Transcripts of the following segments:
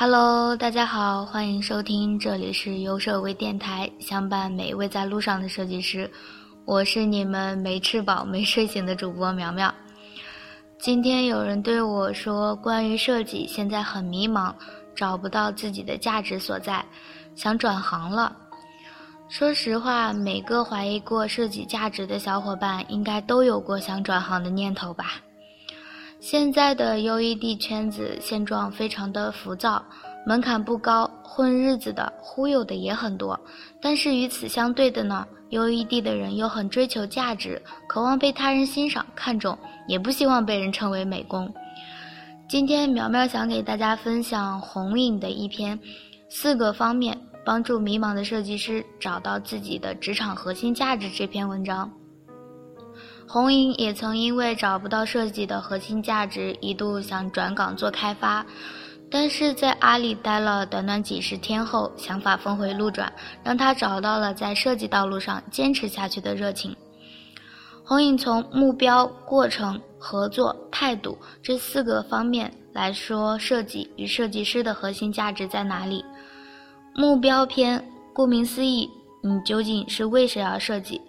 Hello， 大家好，欢迎收听，这里是优设微电台，相伴每一位在路上的设计师，我是你们没吃饱没睡醒的主播苗苗。今天有人对我说，关于设计现在很迷茫，找不到自己的价值所在，想转行了。说实话，每个怀疑过设计价值的小伙伴应该都有过想转行的念头吧。现在的 UED 圈子现状非常的浮躁，门槛不高，混日子的忽悠的也很多，但是与此相对的呢， UED 的人又很追求价值，渴望被他人欣赏看重，也不希望被人称为美工。今天苗苗想给大家分享红影的一篇4个方面帮助迷茫的设计师找到自己的职场核心价值这篇文章。红影也曾因为找不到设计的核心价值，一度想转岗做开发，但是在阿里待了短短几十天后，想法峰回路转，让他找到了在设计道路上坚持下去的热情。红影从目标、过程、合作、态度这4个方面来说，设计与设计师的核心价值在哪里。目标篇，顾名思义，你究竟是为谁而设计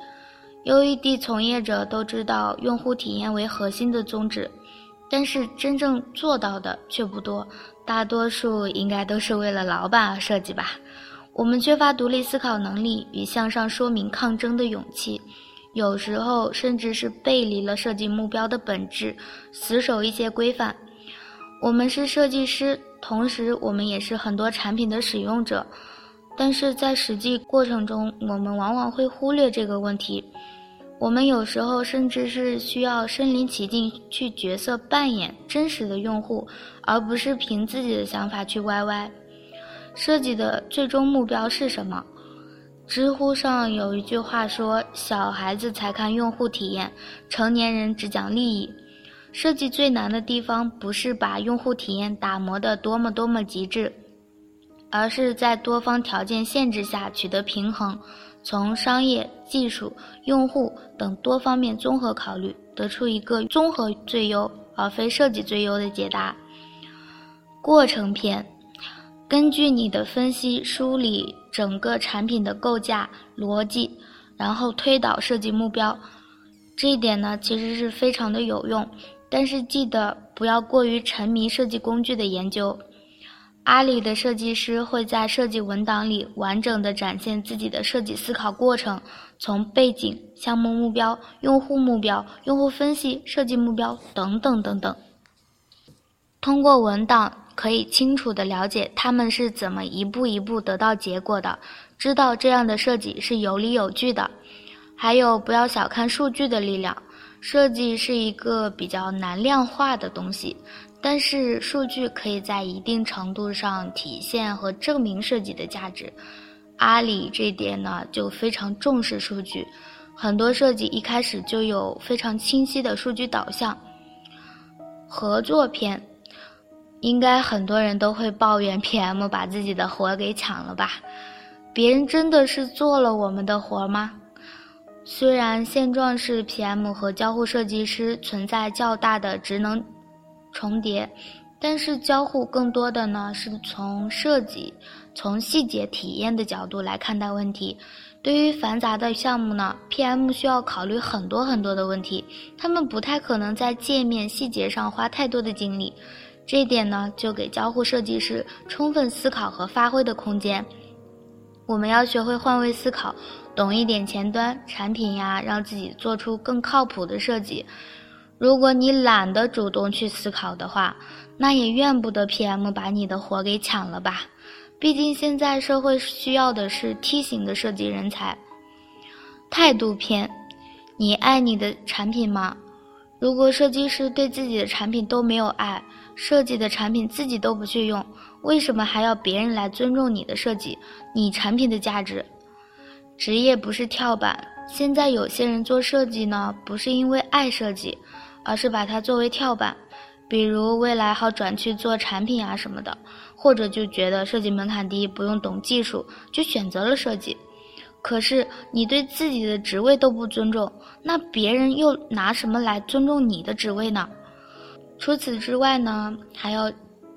？UED 从业者都知道用户体验为核心的宗旨，但是真正做到的却不多，大多数应该都是为了老板而设计吧。我们缺乏独立思考能力与向上说明抗争的勇气，有时候甚至是背离了设计目标的本质，死守一些规范。我们是设计师，同时我们也是很多产品的使用者，但是在实际过程中，我们往往会忽略这个问题。我们有时候甚至是需要身临其境去角色扮演真实的用户，而不是凭自己的想法去歪歪。设计的最终目标是什么？知乎上有一句话说，小孩子才看用户体验，成年人只讲利益。设计最难的地方不是把用户体验打磨得多么极致，而是在多方条件限制下取得平衡，从商业、技术、用户等多方面综合考虑，得出一个综合最优而非设计最优的解答。过程篇，根据你的分析梳理整个产品的构架逻辑，然后推导设计目标。这一点呢，其实是非常的有用，但是记得不要过于沉迷设计工具的研究。阿里的设计师会在设计文档里完整地展现自己的设计思考过程，从背景、项目目标、用户目标、用户分析、设计目标等等等等。通过文档可以清楚地了解他们是怎么一步一步得到结果的，知道这样的设计是有理有据的。还有，不要小看数据的力量，设计是一个比较难量化的东西，但是数据可以在一定程度上体现和证明设计的价值。阿里这点呢，就非常重视数据，很多设计一开始就有非常清晰的数据导向。合作篇，应该很多人都会抱怨 PM 把自己的活给抢了吧？别人真的是做了我们的活吗？虽然现状是 PM 和交互设计师存在较大的职能重叠，但是交互更多的呢是从设计、从细节体验的角度来看待问题。对于繁杂的项目呢， PM 需要考虑很多的问题，他们不太可能在界面细节上花太多的精力，这一点呢就给交互设计师充分思考和发挥的空间。我们要学会换位思考，懂一点前端产品呀，让自己做出更靠谱的设计。如果你懒得主动去思考的话，那也怨不得 PM 把你的活给抢了吧。毕竟现在社会需要的是T型的设计人才。态度篇，你爱你的产品吗？如果设计师对自己的产品都没有爱，设计的产品自己都不去用，为什么还要别人来尊重你的设计，你产品的价值？职业不是跳板，现在有些人做设计呢，不是因为爱设计，而是把它作为跳板，比如未来好转去做产品啊什么的，或者就觉得设计门槛低，不用懂技术，就选择了设计。可是你对自己的职位都不尊重，那别人又拿什么来尊重你的职位呢？除此之外呢，还要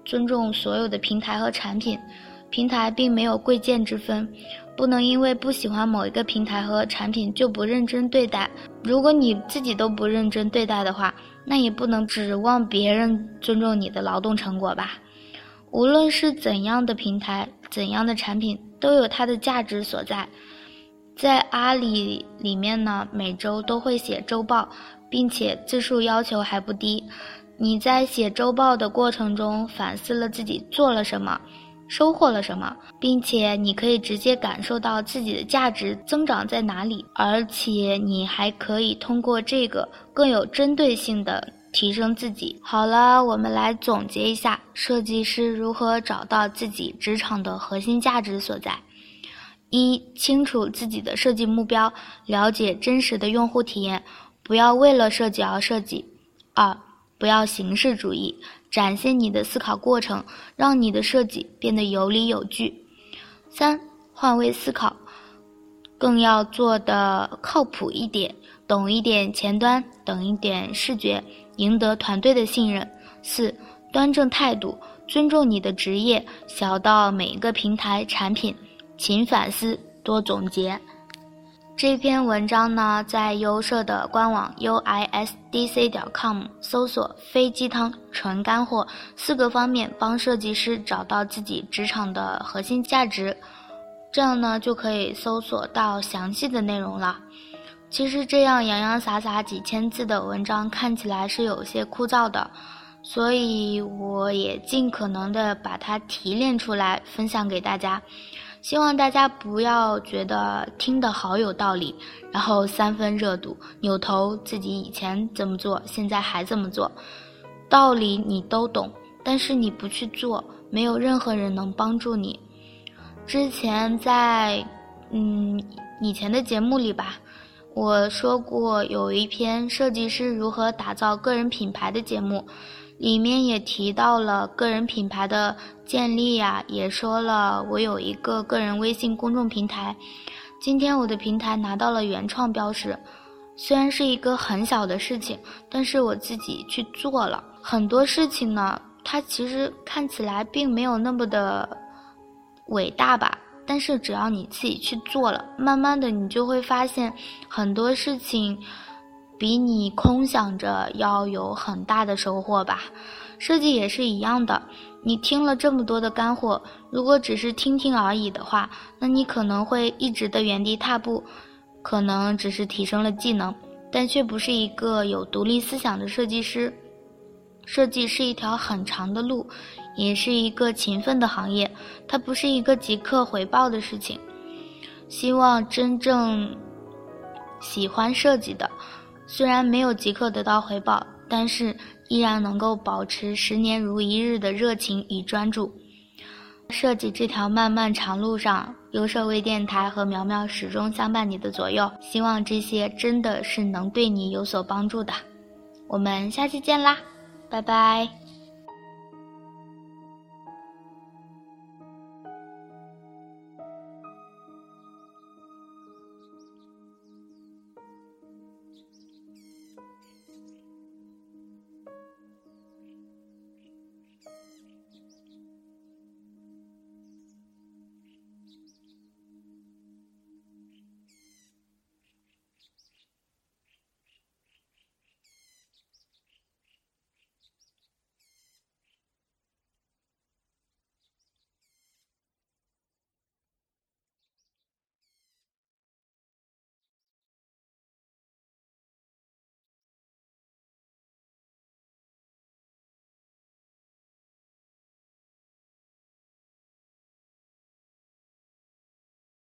尊重所有的平台和产品，平台并没有贵贱之分，不能因为不喜欢某一个平台和产品就不认真对待。如果你自己都不认真对待的话，那也不能指望别人尊重你的劳动成果吧。无论是怎样的平台，怎样的产品，都有它的价值所在。在阿里里面呢，每周都会写周报，并且字数要求还不低。你在写周报的过程中反思了自己做了什么，收获了什么，并且你可以直接感受到自己的价值增长在哪里，而且你还可以通过这个更有针对性的提升自己。好了，我们来总结一下设计师如何找到自己职场的核心价值所在。一、清楚自己的设计目标，了解真实的用户体验，不要为了设计而设计。二、不要形式主义，展现你的思考过程，让你的设计变得有理有据。三、换位思考，更要做得靠谱一点，懂一点前端，懂一点视觉，赢得团队的信任。四、端正态度，尊重你的职业，小到每一个平台产品，勤反思，多总结。这篇文章呢，在优社的官网 uisdc.com 搜索非鸡汤纯干货，4个方面帮设计师找到自己职场的核心价值，这样呢就可以搜索到详细的内容了。其实这样洋洋洒洒几千字的文章看起来是有些枯燥的，所以我也尽可能的把它提炼出来分享给大家。希望大家不要觉得听得好有道理，然后3分热度，扭头自己以前怎么做，现在还这么做。道理你都懂，但是你不去做，没有任何人能帮助你。之前在以前的节目里吧，我说过有一篇设计师如何打造个人品牌的节目，里面也提到了个人品牌的建立呀，也说了我有一个个人微信公众平台。今天我的平台拿到了原创标识，虽然是一个很小的事情，但是我自己去做了。很多事情呢，它其实看起来并没有那么的伟大吧，但是只要你自己去做了，慢慢的你就会发现很多事情比你空想着要有很大的收获吧。设计也是一样的，你听了这么多的干货，如果只是听听而已的话，那你可能会一直的原地踏步，可能只是提升了技能，但却不是一个有独立思想的设计师。设计是一条很长的路，也是一个勤奋的行业，它不是一个即刻回报的事情。希望真正喜欢设计的，虽然没有即刻得到回报，但是依然能够保持10年如一日的热情与专注。设计这条漫漫长路上，优设微电台和苗苗始终相伴你的左右，希望这些真的是能对你有所帮助的。我们下期见啦，拜拜。